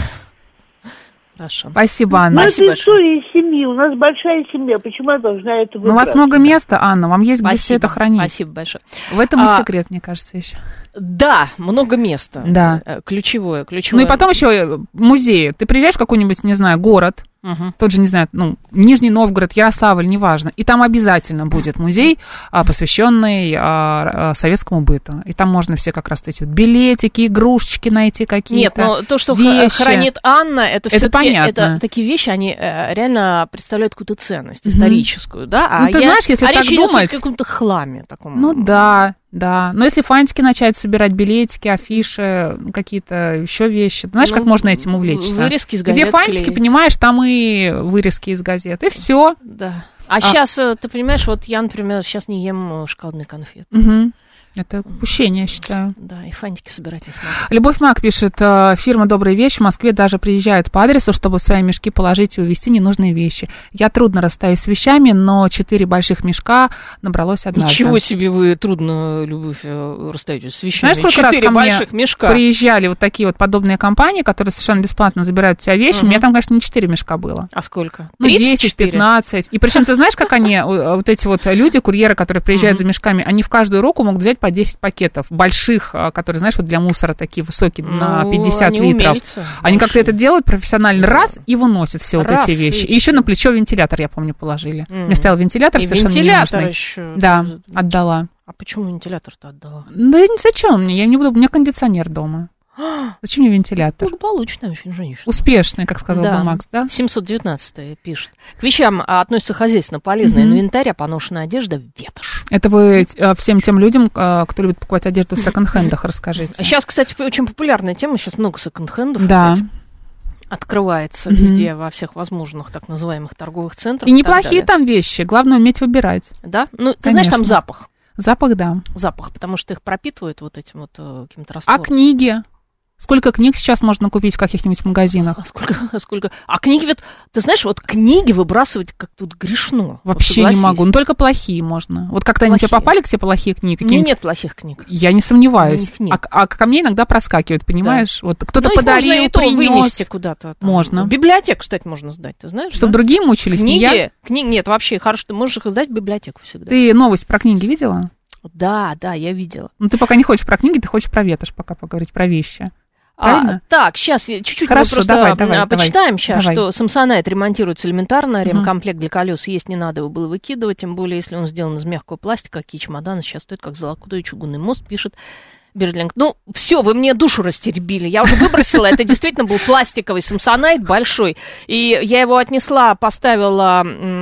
Хорошо. Спасибо, Анна. Но Спасибо это история семьи, у нас большая семья, почему я должна это выбрасывать? Ну, у вас много места, Анна, вам есть Спасибо. Где все это хранить. Спасибо большое. В этом а, и секрет, мне кажется, еще. Да, много места. Да. Ключевое, ключевое. Ну и потом еще музеи. Ты приезжаешь в какой-нибудь, не знаю, город, угу. тот же, не знаю, ну, Нижний Новгород, Ярославль, неважно, и там обязательно будет музей, посвященный а, советскому быту. И там можно все как раз эти вот билетики, игрушечки найти какие-то. Нет, но то, что вещи. хранит Анна, это все-таки это такие вещи, они э, реально представляют какую-то ценность угу. историческую, да? А ну, ты я, знаешь, если а так речь думать... идет о каком-то хламе таком. Ну да, да. Но если фантики начать собирать, билетики, афиши, какие-то еще вещи, ты знаешь, ну, как можно этим увлечься? Вырезки из газет. Где фантики, клеить. Понимаешь, там и вырезки из газет, и все. Да. А, а сейчас, ты понимаешь, вот я, например, сейчас не ем шоколадные конфеты. Угу. Это упущение, я считаю. Да, и фантики собирать не смогу. Любовь Мак пишет, фирма «Добрая вещь» в Москве даже приезжают по адресу, чтобы в свои мешки положить и увезти ненужные вещи. Я трудно расстаюсь с вещами, но четыре больших мешка набралось однажды. Ничего себе вы трудно, Любовь, расстаетесь с вещами. Знаешь, сколько четыре раз ко больших мне мешка. Приезжали вот такие вот подобные компании, которые совершенно бесплатно забирают у тебя вещи. Угу. У меня там, конечно, не четыре мешка было. А сколько? Ну, десять, пятнадцать. И причем ты знаешь, как они, вот эти вот люди, курьеры, которые приезжают за мешками, они в каждую руку могут взять по десять пакетов. Больших, которые, знаешь, вот для мусора такие высокие, ну, на пятьдесят они литров. Умельцы, они большие. Как-то это делают профессионально. Раз, и выносят все Раз, вот эти вещи. и, и еще на плечо вентилятор, я помню, положили. Mm. Мне стоял вентилятор и совершенно вентилятор ненужный. еще. Да, отдала. А почему вентилятор-то отдала? Да зачем мне? Я не буду, у меня кондиционер дома. Зачем мне вентилятор? Благополучная очень женщина. Успешная, как сказал да. бы Макс, да? семьсот девятнадцать пишет. К вещам относится хозяйственно полезный mm-hmm. инвентарь, а поношенная одежда – ветошь. Это вы всем тем людям, кто любит покупать одежду в секонд-хендах, расскажите. Сейчас, кстати, очень популярная тема, сейчас много секонд-хендов. Да. Опять открывается mm-hmm. везде, во всех возможных так называемых торговых центрах. И неплохие там вещи, главное уметь выбирать. Да? Ну, ты Конечно. знаешь, там запах. Запах, да. Запах, потому что их пропитывают вот этим вот каким-то раствором. А книги? Сколько книг сейчас можно купить в каких-нибудь магазинах? А сколько, а сколько? А книги, вот, ты знаешь, вот книги выбрасывать как тут грешно. Вообще вот не могу, ну только плохие можно. Вот как-то они тебе попали к тебе плохие книги? У меня нет плохих книг. Я не сомневаюсь. А, а ко мне иногда проскакивают, понимаешь? Да. Вот кто-то ну, подарил, можно и то принес. Вынести куда-то. Там. Можно. В библиотеку, кстати, можно сдать, ты знаешь? Чтобы да? другие мучились, книги, не я? Книги, нет, вообще, хорошо, ты можешь их сдать в библиотеку всегда. Ты новость про книги видела? Да, да, я видела. Ну ты пока не хочешь про книги, ты хочешь про ветошь пока поговорить, про вещи. А, так, сейчас чуть-чуть Хорошо, мы просто давай, давай, почитаем давай, сейчас, давай. что Самсонайт ремонтируется элементарно, ремкомплект для колес есть, не надо его было выкидывать, тем более, если он сделан из мягкого пластика, какие чемоданы сейчас стоят, как золотой чугунный мост, пишет Бердлинг. Ну, все, вы мне душу растеребили, я уже выбросила, это действительно был пластиковый Самсонайт большой, и я его отнесла, поставила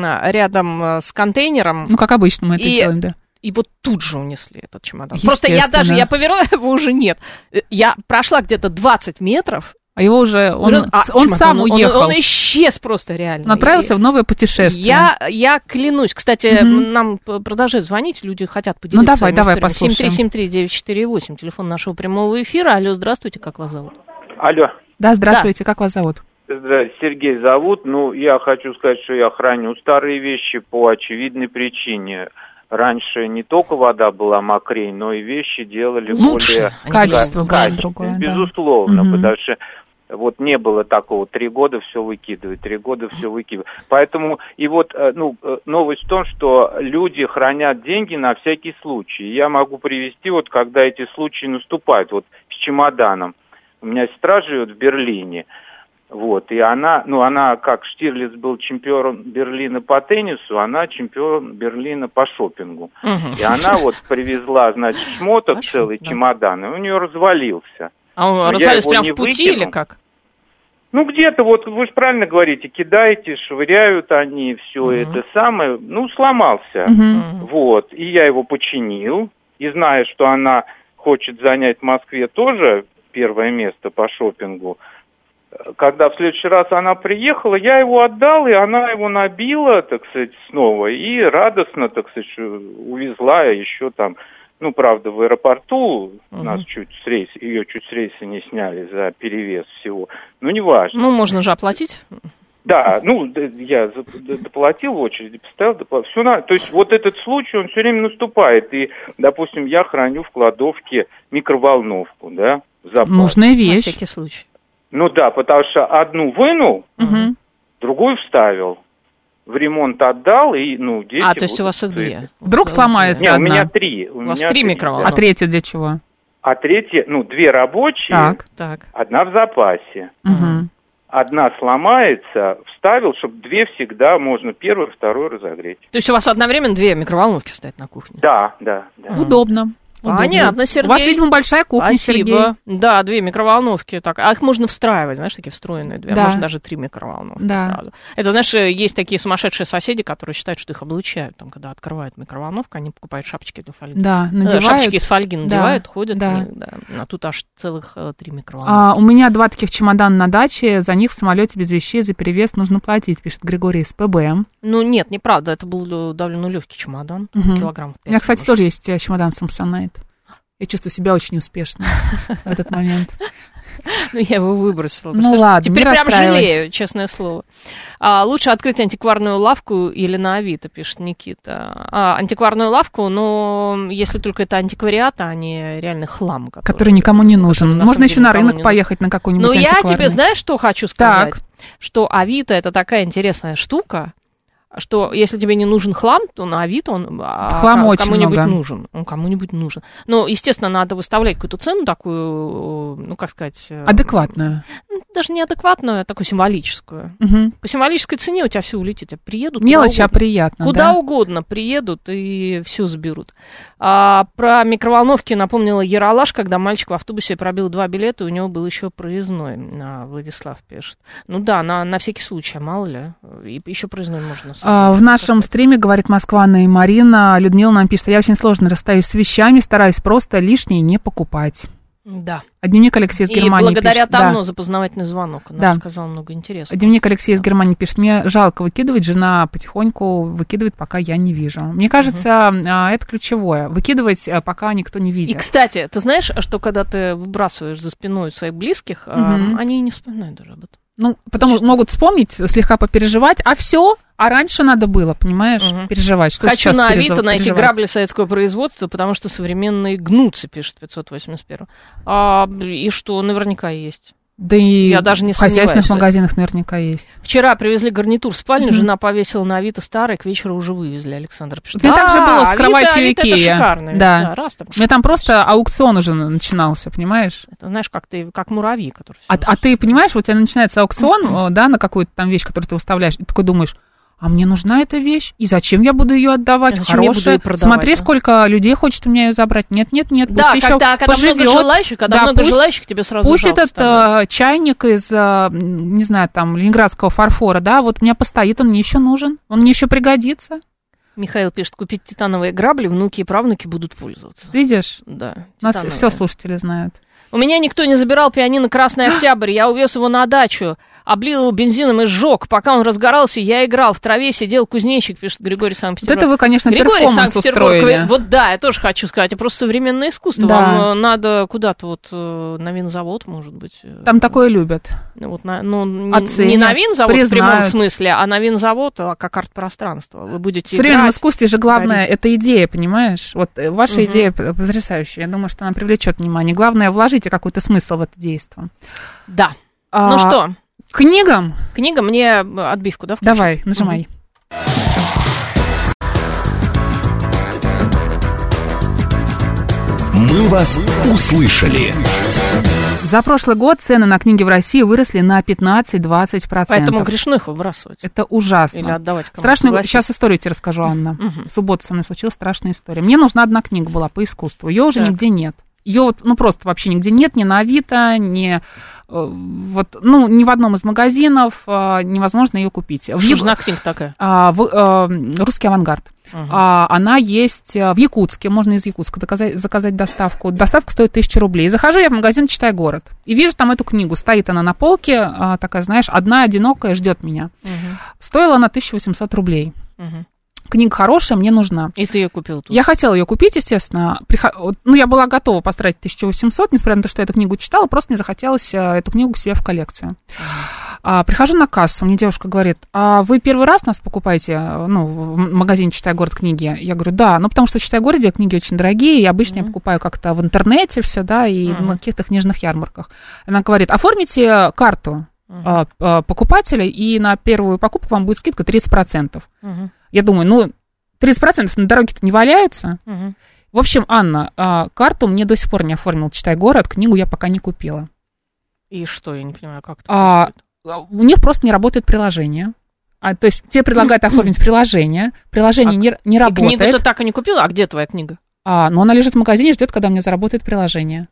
рядом с контейнером. Ну, как обычно мы это делаем, да. И вот тут же унесли этот чемодан. Просто я даже, я повернула, его уже нет. Я прошла где-то двадцать метров. А его уже, он, а, он сам он, уехал. Он, он исчез просто реально. Направился и, в новое путешествие. Я, я клянусь. Кстати, mm-hmm. нам продолжают звонить, люди хотят поделиться ну, давай, своими давай, историями. послушаем. семь три семь три девять четыре восемь, телефон нашего прямого эфира. Алло, здравствуйте, как вас зовут? Алло. Да, здравствуйте, да. Как вас зовут? Здравствуйте, Сергей зовут. Ну, я хочу сказать, что я храню старые вещи по очевидной причине. Раньше не только вода была мокрей, но и вещи делали лучше, более качество, качественными. другое, Безусловно, да. потому что вот не было такого, три года все выкидывать, три года все выкидывать. Поэтому, и вот, ну, новость в том, что люди хранят деньги на всякий случай. Я могу привести, вот, когда эти случаи наступают, вот, с чемоданом. У меня сестра живет в Берлине, вот, и она, ну, она, как Штирлиц был чемпион Берлина по теннису, она чемпион Берлина по шопингу. Угу. И она вот привезла, значит, шмоток, целый чемодан, и у нее развалился. А он развалился прямо в пути выкинул. Или как? Ну, где-то, вот, вы же правильно говорите, кидаете, швыряют они, все угу. это самое, ну, сломался. Угу. Вот, и я его починил, и зная, что она хочет занять в Москве тоже первое место по шопингу, когда в следующий раз она приехала, я его отдал, и она его набила, так сказать, снова, и радостно, так сказать, увезла еще там, ну, правда, в аэропорту uh-huh. нас чуть с рейса, ее чуть с рейса не сняли за перевес всего, ну, неважно. Ну, можно же оплатить. Да, ну, я доплатил в очереди, поставил, доплатил, все на... То есть вот этот случай, он все время наступает, и, допустим, я храню в кладовке микроволновку, да, запас. Нужная вещь. На всякий случай. Ну да, потому что одну вынул, угу. другую вставил. В ремонт отдал, и, ну, дети... А, то есть будут... у вас их две? Вдруг сломается Нет, одна? у меня три. У, у вас три микроволновки. А третья для чего? А третья, ну, две рабочие, так. Так. одна в запасе. Угу. Одна сломается, вставил, чтобы две всегда можно первую, вторую разогреть. То есть у вас одновременно две микроволновки стоят на кухне? Да, да. да. Удобно. Понятно, Сергей. У вас, видимо, большая кухня, Спасибо. Сергей. Да, две микроволновки. Так. А их можно встраивать, знаешь, такие встроенные две. Да. Можно даже три микроволновки да. сразу. Это, знаешь, есть такие сумасшедшие соседи, которые считают, что их облучают. Там, когда открывают микроволновку, они покупают шапочки для фольги. Да, надевают. Шапочки из фольги надевают, да. ходят. Да. Них, да. А тут аж целых э, три микроволновки. А, у меня два таких чемодана на даче. За них в самолете без вещей, за перевес нужно платить, пишет Григорий из ПБ. Ну, нет, неправда. Это был довольно легкий чемодан. Угу. Килограмм пять. У меня, кстати, может. тоже есть чемодан Samsonite. Я чувствую себя очень успешно в этот момент. Ну, я его выбросила. Ну, ладно, теперь прям жалею, честное слово. А, лучше открыть антикварную лавку или на Авито, пишет Никита. А, антикварную лавку, но если только это антиквариат, а не реальный хлам. Который, который никому не нужен. Можно еще на рынок поехать на какой-нибудь антикварный. Ну, я тебе, знаешь, что хочу сказать? Так. Что Авито — это такая интересная штука, что если тебе не нужен хлам, то на Авито он хлам а, кому-нибудь много. нужен. Он кому-нибудь нужен. Но, естественно, надо выставлять какую-то цену такую, ну, как сказать... Адекватную. Даже не адекватную, а такую символическую. Угу. По символической цене у тебя все улетит. Приедут мелочь, а приятно. Куда да? угодно приедут и все заберут. А, про микроволновки напомнила Ералаш, когда мальчик в автобусе пробил два билета, и у него был еще проездной. А, Владислав пишет. Ну да, на, на всякий случай, мало ли. И еще проездной можно... А, в нашем стриме, говорит Москва, Анна и Марина, Людмила нам пишет, я очень сложно расстаюсь с вещами, стараюсь просто лишнее не покупать. Да. А дневник Алексея из и Германии благодаря пишет, тому да. за познавательный звонок. Она да. рассказала много интересного. Дневник Алексея из Германии пишет, мне жалко выкидывать, жена потихоньку выкидывает, пока я не вижу. Мне кажется, угу. это ключевое. Выкидывать, пока никто не видит. И, кстати, ты знаешь, что когда ты выбрасываешь за спиной своих близких, угу. они не вспоминают даже об этом. Ну, потом что? Могут вспомнить, слегка попереживать, а все, а раньше надо было, понимаешь, угу. переживать. Что Хочу сейчас на пережив... Авито найти грабли советского производства, потому что современные гнутся, пишет пятьсот восемьдесят один. А, и что, наверняка есть. Да и я даже не в хозяйственных магазинах наверняка есть. Вчера привезли гарнитур в спальню, mm-hmm. жена повесила на Авито старый, к вечеру уже вывезли, Александр пишет. У меня так же было с кроватью Авито, Икея. Это шикарно. Да. Да, раз, там, у меня там просто аукцион уже начинался, понимаешь? Это, знаешь, как ты, как муравьи, которые... А, а ты понимаешь, вот у тебя начинается аукцион, mm-hmm. да, на какую-то там вещь, которую ты выставляешь, и ты такой думаешь, а мне нужна эта вещь, и зачем я буду ее отдавать? Хорошая. Смотри, да? Сколько людей хочет у меня ее забрать. Нет, нет, нет. Да, когда, когда много желающих, когда да, много пусть, желающих, тебе сразу пусть этот становится. чайник из, не знаю, там, ленинградского фарфора, да, вот у меня постоит, он мне еще нужен, он мне еще пригодится. Михаил пишет, купить титановые грабли, внуки и правнуки будут пользоваться. Видишь? Да. Нас все слушатели знают. У меня никто не забирал пианино «Красный Октябрь». Я увез его на дачу, облил его бензином и сжег. Пока он разгорался, я играл. В траве сидел кузнечик, пишет Григорий Санкт-Петербург. Вот это вы, конечно, Григорий перформанс устроили. Вот да, я тоже хочу сказать. Это просто современное искусство. Да. Вам надо куда-то вот на винзавод, может быть. Там такое любят. Вот на, ну, Оценят, не на винзавод признают. в прямом смысле, а на винзавод, а как арт-пространство. Вы будете В современном играть, искусстве же главное говорить. это идея, понимаешь? Вот ваша Угу. идея потрясающая. Я думаю, что она привлечет внимание. Главное, вложите какой-то смысл в это действо. Да. А, ну что? Книгам? Книга, мне отбивку, да, включить? Давай, нажимай. Мы вас услышали. За прошлый год цены на книги в России выросли на пятнадцать-двадцать процентов. Поэтому грешно их выбрасывать. Это ужасно. Или отдавать кому-то. Страшную... Согласись. Сейчас историю тебе расскажу, Анна. Угу. В субботу со мной случилась страшная история. Мне нужна одна книга была по искусству. Ее уже Так. нигде нет. Ее вот, ну, просто вообще нигде нет, ни на Авито, ни, э, вот, ну, ни в одном из магазинов э, невозможно ее купить. Что в же Яку... за книга такая? А, в, э, русский авангард. Угу. А, она есть в Якутске, можно из Якутска доказать, заказать доставку. Доставка стоит тысячу рублей. Захожу я в магазин «Читай город» и вижу там эту книгу. Стоит она на полке, а, такая, знаешь, одна, одинокая, ждет меня. Угу. Стоила она тысяча восемьсот рублей. Угу. Книга хорошая, мне нужна. И ты ее купил тут? Я хотела ее купить, естественно. Приход... Ну, я была готова потратить тысячу восемьсот, несмотря на то, что я эту книгу читала, просто мне захотелось эту книгу к себе в коллекцию. А, прихожу на кассу, мне девушка говорит: а вы первый раз нас покупаете, ну, в магазине «Читай город» книги? Я говорю: да, ну, потому что в «Читай городе» книги очень дорогие, и обычно mm-hmm. я покупаю как-то в интернете все, да, и mm-hmm. на каких-то книжных ярмарках. Она говорит: оформите карту uh-huh. а, покупателя, и на первую покупку вам будет скидка тридцать процентов. Uh-huh. Я думаю, ну, тридцать процентов на дороге-то не валяются. Uh-huh. В общем, Анна, а, карту мне до сих пор не оформил «Читай город», книгу я пока не купила. И что, я не понимаю, как это а, у них просто не работает приложение. А, то есть тебе предлагают оформить приложение, приложение а, не, не работает. Книгу ты так и не купила? А где твоя книга? А, ну, она лежит в магазине, ждет, когда у меня заработает приложение.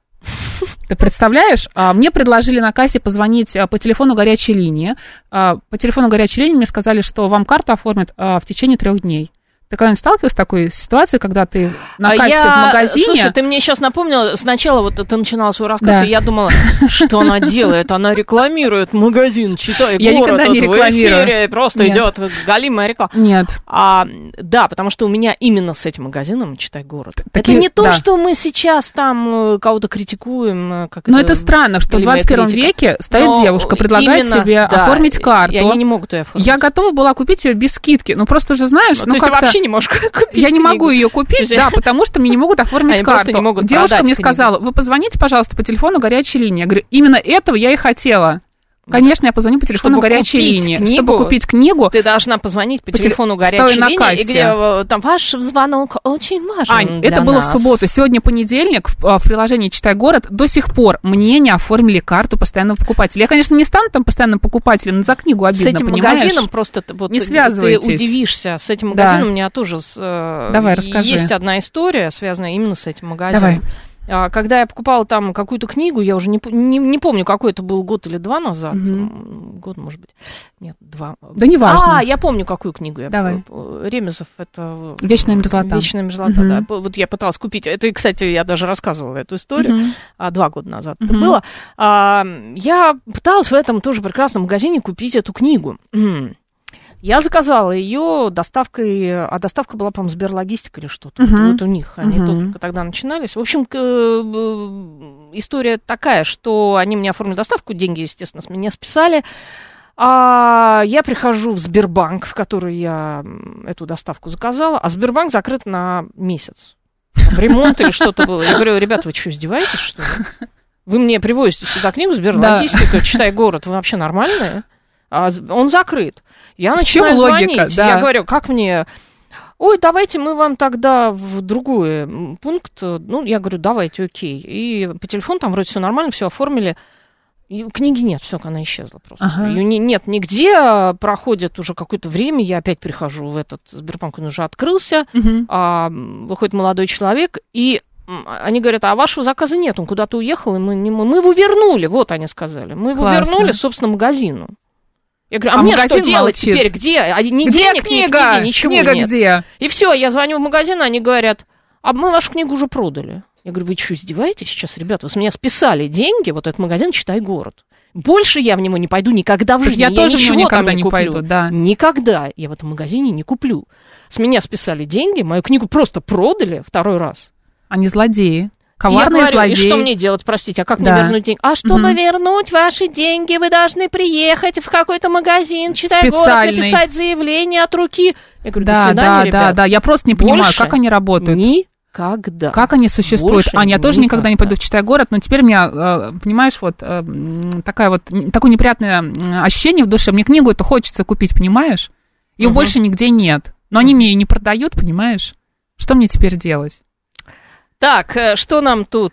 Ты представляешь? А, мне предложили на кассе позвонить по телефону горячей линии. А, по телефону горячей линии мне сказали, что вам карту оформят а, в течение трех дней. Ты когда-нибудь сталкивалась с такой ситуацией, когда ты на кассе я... в магазине... Слушай, ты мне сейчас напомнила, сначала вот ты начинала свой рассказ, да. и я думала, что она делает? Она рекламирует магазин «Читай я город», никогда не вот рекламирую. в эфире просто Нет. идет галимая реклама. Нет. А, да, потому что у меня именно с этим магазином «Читай город». Такие, это не то, да. что мы сейчас там кого-то критикуем. Как Но это, это странно, что в двадцать первом критика. веке стоит Но девушка, предлагает именно, тебе да, оформить карту. И они не могут ее оформить. Я готова была купить ее без скидки. Ну, просто уже знаешь... Ну, ну, то есть ты вообще не можешь купить Я не книгу. могу ее купить, да, потому что мне не могут оформить Они карту. Не могут Девушка мне книгу. сказала: вы позвоните, пожалуйста, по телефону горячей линии. Я говорю: именно этого я и хотела. Конечно, я позвоню по телефону чтобы горячей линии. Книгу, чтобы купить книгу, ты должна позвонить по, по телефону теле... горячей на линии, кассе. и где там ваш звонок очень важен. Ань, для это было нас. в субботу. Сегодня понедельник. В, в приложении «Читай город» до сих пор мне не оформили карту постоянного покупателя. Я, конечно, не стану там постоянным покупателем, но за книгу обидно, с этим понимаешь? магазином просто вот, не связывайтесь. Ты удивишься. С этим магазином да. у меня тоже с, Давай, расскажи. Есть одна история, связанная именно с этим магазином. Давай. Когда я покупала там какую-то книгу, я уже не, не, не помню, какой это был год или два назад. Угу. Год, может быть. Нет, два. Да не важно. А, я помню, какую книгу я Давай. Ремезов, это... «Вечная мерзлота». «Вечная мерзлота», угу. да. Вот я пыталась купить. Это, кстати, я даже рассказывала эту историю. Угу. А, два года назад угу. это было. А, я пыталась в этом тоже прекрасном магазине купить эту книгу. Я заказала ее доставкой, а доставка была, по-моему, Сберлогистика или что-то. Uh-huh. Вот у них, они uh-huh. только тогда начинались. В общем, история такая, что они мне оформили доставку, деньги, естественно, с меня списали. А я прихожу в Сбербанк, в который я эту доставку заказала, а Сбербанк закрыт на месяц. Там ремонт или что-то было. Я говорю: ребята, вы что, издеваетесь, что ли? Вы мне привозите сюда книгу Сберлогистика, да. «Читай город», вы вообще нормальные? А он закрыт. Я начинаю логика, звонить. да. Я говорю: как мне... Ой, давайте мы вам тогда в другой пункт. Ну, я говорю: давайте, окей. И по телефону там вроде все нормально, все оформили. И книги нет, все, она исчезла просто. Ага. Ее не, нет нигде, проходит уже какое-то время, я опять прихожу в этот Сбербанк, он уже открылся, угу. а, выходит молодой человек, и они говорят: а вашего заказа нет, он куда-то уехал, и мы, не, мы его вернули, вот они сказали. Мы его Классно. вернули, собственно, магазину. Я говорю: а, а мне что делать молчит. теперь? Где? А, ни где денег, книга? ни книги, ничего книга нет. Где? И все, я звоню в магазин, они говорят: а мы вашу книгу уже продали. Я говорю, вы что, издеваетесь сейчас, ребята? Вы с меня списали деньги, вот этот магазин «Читай город». Больше я в него не пойду никогда в жизни. Я, я тоже ничего в него никогда там не, не куплю. пойду, да. Никогда я в этом магазине не куплю. С меня списали деньги, мою книгу просто продали второй раз. Они злодеи. Коварные я говорю, злодеи. И что мне делать, простите, а как да. мне вернуть деньги? А чтобы угу. вернуть ваши деньги, вы должны приехать в какой-то магазин, «Читай город», написать заявление от руки. Я говорю, да, до свидания, да, ребят. Да, да, я просто не понимаю, Больше как они работают. Никогда. Как они существуют? Больше Аня, я тоже никогда. никогда не пойду в «Читай город», но теперь у меня, понимаешь, вот такая вот, такое неприятное ощущение в душе. Мне книгу эту хочется купить, понимаешь? Ее угу. больше нигде нет. Но они мне ее не продают, понимаешь? Что мне теперь делать? Так, что нам тут?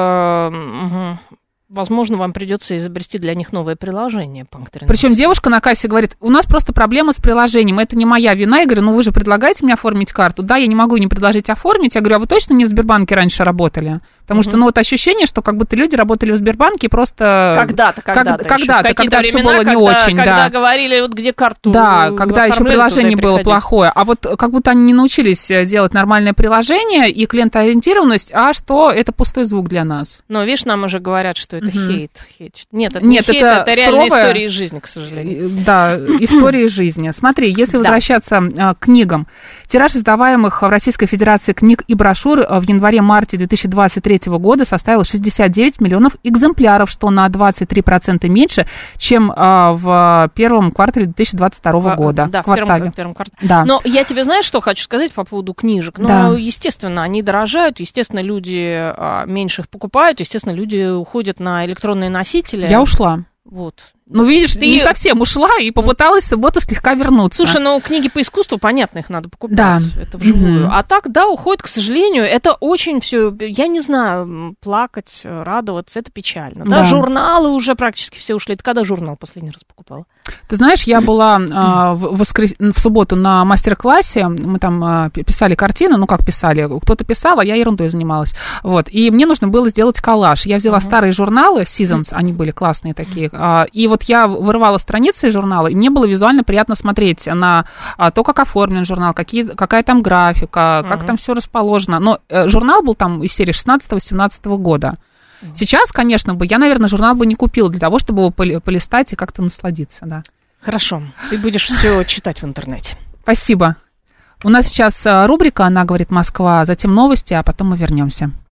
Угу. Возможно, вам придется изобрести для них новое приложение. Причем девушка на кассе говорит, у нас просто проблема с приложением, это не моя вина. Я говорю, ну вы же предлагаете мне оформить карту. Да, я не могу не предложить оформить. Я говорю, а вы точно не в Сбербанке раньше работали? Потому mm-hmm. что, ну, вот ощущение, что как будто люди работали в Сбербанке просто... Когда-то, когда-то. Как, когда-то, когда времена, все было когда, не очень, когда да. говорили, вот где карту да, когда еще приложение было плохое. А вот как будто они не научились делать нормальное приложение и клиентоориентированность, а что это пустой звук для нас. Но, видишь, нам уже говорят, что это mm-hmm. хейт, хейт. Нет, это Нет, не хейт, это, это реальная суровая... история из жизни, к сожалению. Да, история из жизни. Смотри, если возвращаться к книгам, тираж издаваемых в Российской Федерации книг и брошюр в январе-марте две тысячи двадцать третьего года составил шестьдесят девять миллионов экземпляров, что на двадцать три процента меньше, чем а, в первом квартале две тысячи двадцать второго года. Да, квартале. в первом, в первом квартале. Да. Но я тебе, знаешь, что хочу сказать по поводу книжек? Ну, да. естественно, они дорожают, естественно, люди а, меньше их покупают, естественно, люди уходят на электронные носители. Я ушла. Вот. Ну, видишь, ты не совсем ушла и попыталась в субботу слегка вернуться. Слушай, ну, книги по искусству, понятно, их надо покупать. Да. Это вживую. Mm-hmm. А так, да, уходит, к сожалению, это очень все, я не знаю, плакать, радоваться, это печально. Да, да. Журналы уже практически все ушли. Ты когда журнал последний раз покупала? Ты знаешь, я была а, в, воскрес... в субботу на мастер-классе, мы там а, писали картины, ну, как писали, кто-то писал, а я ерундой занималась. Вот, и мне нужно было сделать коллаж. Я взяла uh-huh. старые журналы, Seasons, они были классные такие, а, и вот я вырывала страницы из журнала, и мне было визуально приятно смотреть на а, то, как оформлен журнал, какие, какая там графика, как uh-huh. там все расположено. Но э, журнал был там из серии шестнадцатого-семнадцатого года. Uh-huh. Сейчас, конечно, бы я, наверное, журнал бы не купила для того, чтобы его полистать и как-то насладиться, да. Хорошо, ты будешь все читать в интернете. Спасибо. У нас сейчас рубрика «Она говорит Москва», затем новости, а потом мы вернемся.